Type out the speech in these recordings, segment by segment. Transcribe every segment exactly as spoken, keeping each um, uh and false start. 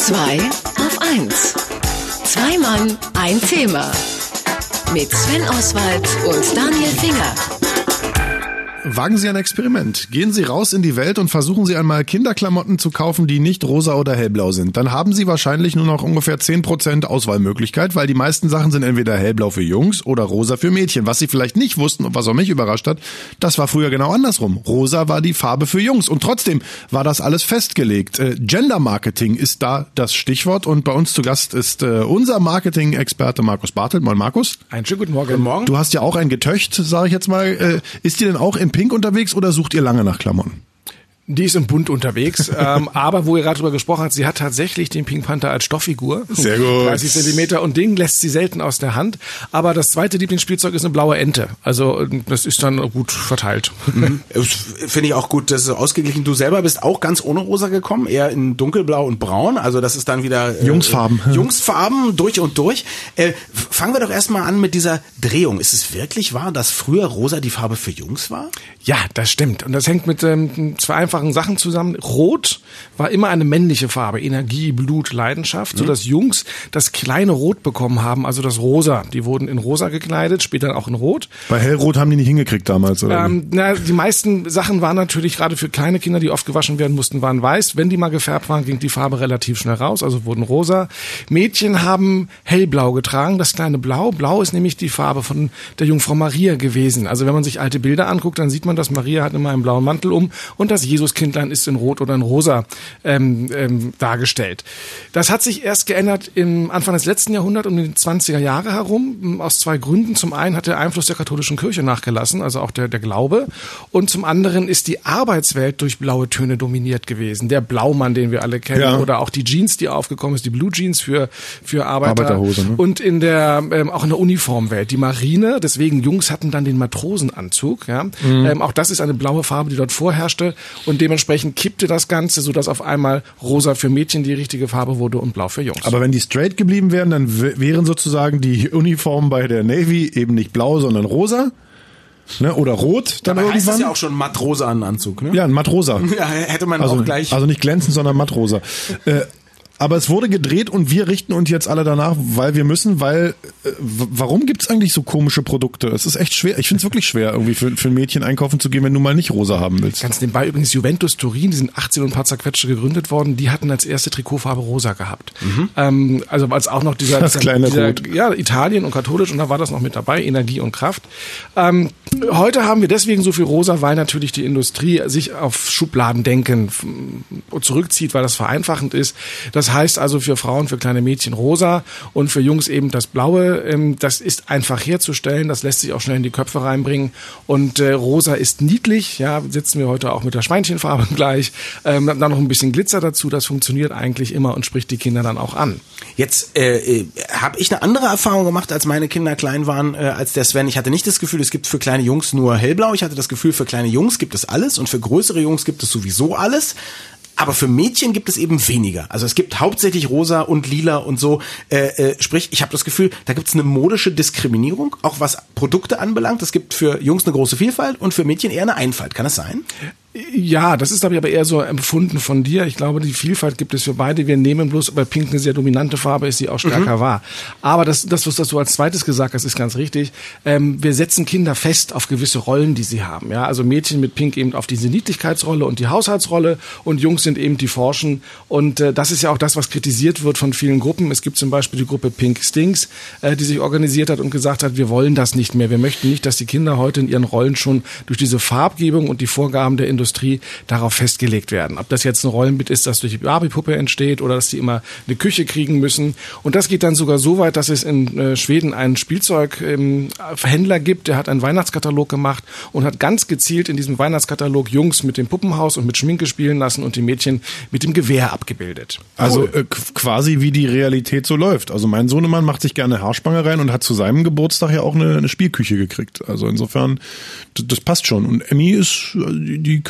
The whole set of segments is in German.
Zwei auf eins. Zwei Mann, ein Thema. Mit Sven Oswald und Daniel Finger. Wagen Sie ein Experiment. Gehen Sie raus in die Welt und versuchen Sie einmal Kinderklamotten zu kaufen, die nicht rosa oder hellblau sind. Dann haben Sie wahrscheinlich nur noch ungefähr zehn Prozent Auswahlmöglichkeit, weil die meisten Sachen sind entweder hellblau für Jungs oder rosa für Mädchen. Was Sie vielleicht nicht wussten und was auch mich überrascht hat, das war früher genau andersrum. Rosa war die Farbe für Jungs und trotzdem war das alles festgelegt. Äh, Gender Marketing ist da das Stichwort und bei uns zu Gast ist äh, unser Marketing-Experte Markus Bartelt. Moin Markus. Einen schönen guten Morgen. Guten Morgen. Du hast ja auch ein Getöcht, sage ich jetzt mal. Äh, ist die denn auch in Pink unterwegs oder sucht ihr lange nach Klamotten? Die ist im Bunt unterwegs, ähm, aber wo ihr gerade drüber gesprochen habt, sie hat tatsächlich den Pink Panther als Stofffigur. Sehr gut. dreißig Zentimeter und den lässt sie selten aus der Hand. Aber das zweite Lieblingsspielzeug ist eine blaue Ente. Also das ist dann gut verteilt. Mhm. Finde ich auch gut, das ist ausgeglichen. Du selber bist auch ganz ohne rosa gekommen, eher in dunkelblau und braun. Also das ist dann wieder... Äh, Jungsfarben. Jungsfarben, durch und durch. Äh, fangen wir doch erstmal an mit dieser Drehung. Ist es wirklich wahr, dass früher rosa die Farbe für Jungs war? Ja, das stimmt. Und das hängt mit ähm, zwei einfachen Sachen zusammen. Rot war immer eine männliche Farbe, Energie, Blut, Leidenschaft, mhm. sodass Jungs das kleine Rot bekommen haben, also das Rosa. Die wurden in Rosa gekleidet, später auch in Rot. Bei Hellrot haben die nicht hingekriegt damals, oder? Ähm, na, die meisten Sachen waren natürlich gerade für kleine Kinder, die oft gewaschen werden mussten, waren weiß. Wenn die mal gefärbt waren, ging die Farbe relativ schnell raus, also wurden rosa. Mädchen haben hellblau getragen, das kleine Blau. Blau ist nämlich die Farbe von der Jungfrau Maria gewesen. Also wenn man sich alte Bilder anguckt, dann sieht man, dass Maria hat immer einen blauen Mantel um und das Jesuskindlein ist in Rot oder in Rosa ähm, ähm, dargestellt. Das hat sich erst geändert im Anfang des letzten Jahrhunderts, um die zwanziger Jahre herum, aus zwei Gründen. Zum einen hat der Einfluss der katholischen Kirche nachgelassen, also auch der, der Glaube. Und zum anderen ist die Arbeitswelt durch blaue Töne dominiert gewesen. Der Blaumann, den wir alle kennen, ja. Oder auch die Jeans, die aufgekommen ist, die Blue Jeans für, für Arbeiter. Arbeiterhose, ne? Und in der, ähm, auch in der Uniformwelt, die Marine, deswegen Jungs hatten dann den Matrosenanzug. Ja? Mhm. Ähm, auch das ist eine blaue Farbe, die dort vorherrschte. Und dementsprechend kippte das Ganze, sodass auf einmal rosa für Mädchen die richtige Farbe wurde und blau für Jungs. Aber wenn die straight geblieben wären, dann w- wären sozusagen die Uniformen bei der Navy eben nicht blau, sondern rosa. Ne, oder rot dann Dabei irgendwann. heißt es ja auch schon mattrosa Anzug, ne? Ja, ein mattrosa. Ja, hätte man also, auch gleich. Also nicht glänzend, sondern mattrosa. äh, Aber es wurde gedreht und wir richten uns jetzt alle danach, weil wir müssen, weil, äh, w- warum gibt's eigentlich so komische Produkte? Es ist echt schwer, ich finde es wirklich schwer, irgendwie für, für ein Mädchen einkaufen zu gehen, wenn du mal nicht rosa haben willst. Ganz nebenbei übrigens Juventus Turin, die sind achtzehn und ein paar zerquetschte gegründet worden, die hatten als erste Trikotfarbe rosa gehabt. Mhm. Ähm, also als auch noch dieser, das dieser, kleine dieser Rot. Ja, Italien und katholisch und da war das noch mit dabei, Energie und Kraft. Ähm, heute haben wir deswegen so viel rosa, weil natürlich die Industrie sich auf Schubladendenken zurückzieht, weil das vereinfachend ist. Das heißt also für Frauen, für kleine Mädchen rosa und für Jungs eben das Blaue. Ähm, das ist einfach herzustellen, das lässt sich auch schnell in die Köpfe reinbringen. Und äh, rosa ist niedlich, ja, sitzen wir heute auch mit der Schweinchenfarbe gleich. Ähm, dann noch ein bisschen Glitzer dazu, das funktioniert eigentlich immer und spricht die Kinder dann auch an. Jetzt äh, habe ich eine andere Erfahrung gemacht, als meine Kinder klein waren, äh, als der Sven. Ich hatte nicht das Gefühl, es gibt für kleine Jungs nur hellblau. Ich hatte das Gefühl, für kleine Jungs gibt es alles und für größere Jungs gibt es sowieso alles. Aber für Mädchen gibt es eben weniger. Also es gibt hauptsächlich rosa und lila und so. Äh, äh, sprich, ich habe das Gefühl, da gibt es eine modische Diskriminierung, auch was Produkte anbelangt. Es gibt für Jungs eine große Vielfalt und für Mädchen eher eine Einfalt. Kann das sein? Ja, das ist, glaube ich, aber eher so empfunden von dir. Ich glaube, die Vielfalt gibt es für beide. Wir nehmen bloß, bei Pink eine sehr dominante Farbe ist, die auch stärker mhm. war. Aber das, das, was du als zweites gesagt hast, ist ganz richtig. Ähm, wir setzen Kinder fest auf gewisse Rollen, die sie haben. Ja, also Mädchen mit Pink eben auf diese Niedlichkeitsrolle und die Haushaltsrolle und Jungs sind eben die Forschen. Und äh, das ist ja auch das, was kritisiert wird von vielen Gruppen. Es gibt zum Beispiel die Gruppe Pink Stinks, äh, die sich organisiert hat und gesagt hat, wir wollen das nicht mehr. Wir möchten nicht, dass die Kinder heute in ihren Rollen schon durch diese Farbgebung und die Vorgaben der Industrie darauf festgelegt werden. Ob das jetzt ein Rollenbild ist, das durch die Barbie-Puppe entsteht oder dass die immer eine Küche kriegen müssen. Und das geht dann sogar so weit, dass es in äh, Schweden einen Spielzeughändler ähm, gibt, der hat einen Weihnachtskatalog gemacht und hat ganz gezielt in diesem Weihnachtskatalog Jungs mit dem Puppenhaus und mit Schminke spielen lassen und die Mädchen mit dem Gewehr abgebildet. Also äh, quasi wie die Realität so läuft. Also mein Sohnemann macht sich gerne Haarspange rein und hat zu seinem Geburtstag ja auch eine, eine Spielküche gekriegt. Also insofern, das, das passt schon. Und Emmy ist, die, die können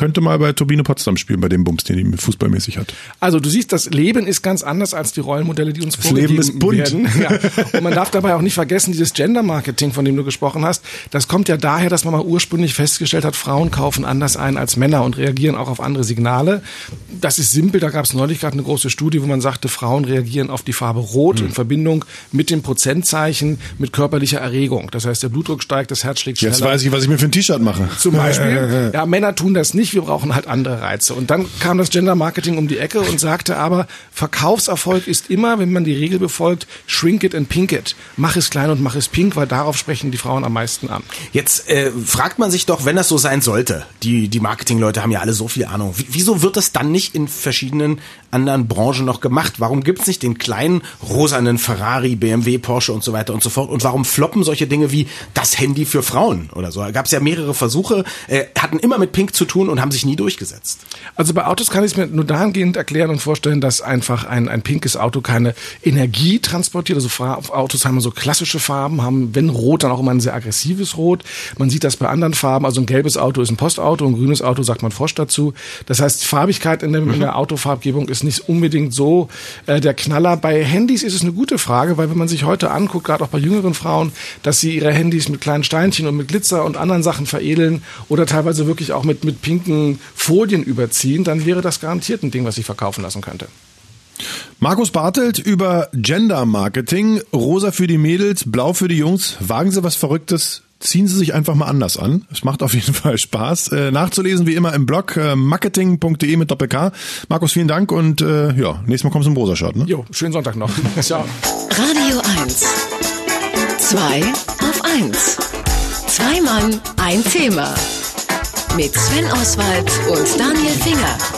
könnte mal bei Turbine Potsdam spielen, bei dem Bums, den die fußballmäßig hat. Also du siehst, das Leben ist ganz anders als die Rollenmodelle, die uns das Leben ist bunt. Werden. Ja. Und man darf dabei auch nicht vergessen, dieses Gender-Marketing, von dem du gesprochen hast, das kommt ja daher, dass man mal ursprünglich festgestellt hat, Frauen kaufen anders ein als Männer und reagieren auch auf andere Signale. Das ist simpel, da gab es neulich gerade eine große Studie, wo man sagte, Frauen reagieren auf die Farbe Rot mhm. in Verbindung mit dem Prozentzeichen, mit körperlicher Erregung. Das heißt, der Blutdruck steigt, das Herz schlägt schneller. Jetzt weiß ich, was ich mir für ein T-Shirt mache. Zum Beispiel. Ja, Männer tun das nicht, wir brauchen halt andere Reize. Und dann kam das Gender-Marketing um die Ecke und sagte aber, Verkaufserfolg ist immer, wenn man die Regel befolgt, shrink it and pink it. Mach es klein und mach es pink, weil darauf sprechen die Frauen am meisten an. Jetzt äh, fragt man sich doch, wenn das so sein sollte, die, die Marketingleute haben ja alle so viel Ahnung, w- wieso wird das dann nicht in verschiedenen anderen Branchen noch gemacht? Warum gibt's nicht den kleinen rosanen Ferrari, B M W, Porsche und so weiter und so fort? Und warum floppen solche Dinge wie das Handy für Frauen oder so? Da gab's ja mehrere Versuche, äh, hatten immer mit Pink zu tun und haben sich nie durchgesetzt. Also bei Autos kann ich es mir nur dahingehend erklären und vorstellen, dass einfach ein, ein pinkes Auto keine Energie transportiert. Also Autos haben so klassische Farben, haben, wenn rot, dann auch immer ein sehr aggressives Rot. Man sieht das bei anderen Farben. Also ein gelbes Auto ist ein Postauto, ein grünes Auto sagt man Frosch dazu. Das heißt, Farbigkeit in der, mhm. in der Autofarbgebung ist nicht unbedingt so äh, der Knaller. Bei Handys ist es eine gute Frage, weil wenn man sich heute anguckt, gerade auch bei jüngeren Frauen, dass sie ihre Handys mit kleinen Steinchen und mit Glitzer und anderen Sachen veredeln oder teilweise wirklich auch mit, mit pinken Folien überziehen, dann wäre das garantiert ein Ding, was sich verkaufen lassen könnte. Markus Bartelt über Gender-Marketing, rosa für die Mädels, blau für die Jungs. Wagen Sie was Verrücktes, ziehen Sie sich einfach mal anders an. Es macht auf jeden Fall Spaß. Äh, nachzulesen wie immer im Blog äh, marketing punkt de mit Doppel-K. Markus, vielen Dank und äh, ja, nächstes Mal kommst du im rosa-Shirt, ne? Jo, schönen Sonntag noch. Ciao. Radio eins. Zwei auf eins. Zwei Mann, ein Thema. Mit Sven Oswald und Daniel Finger.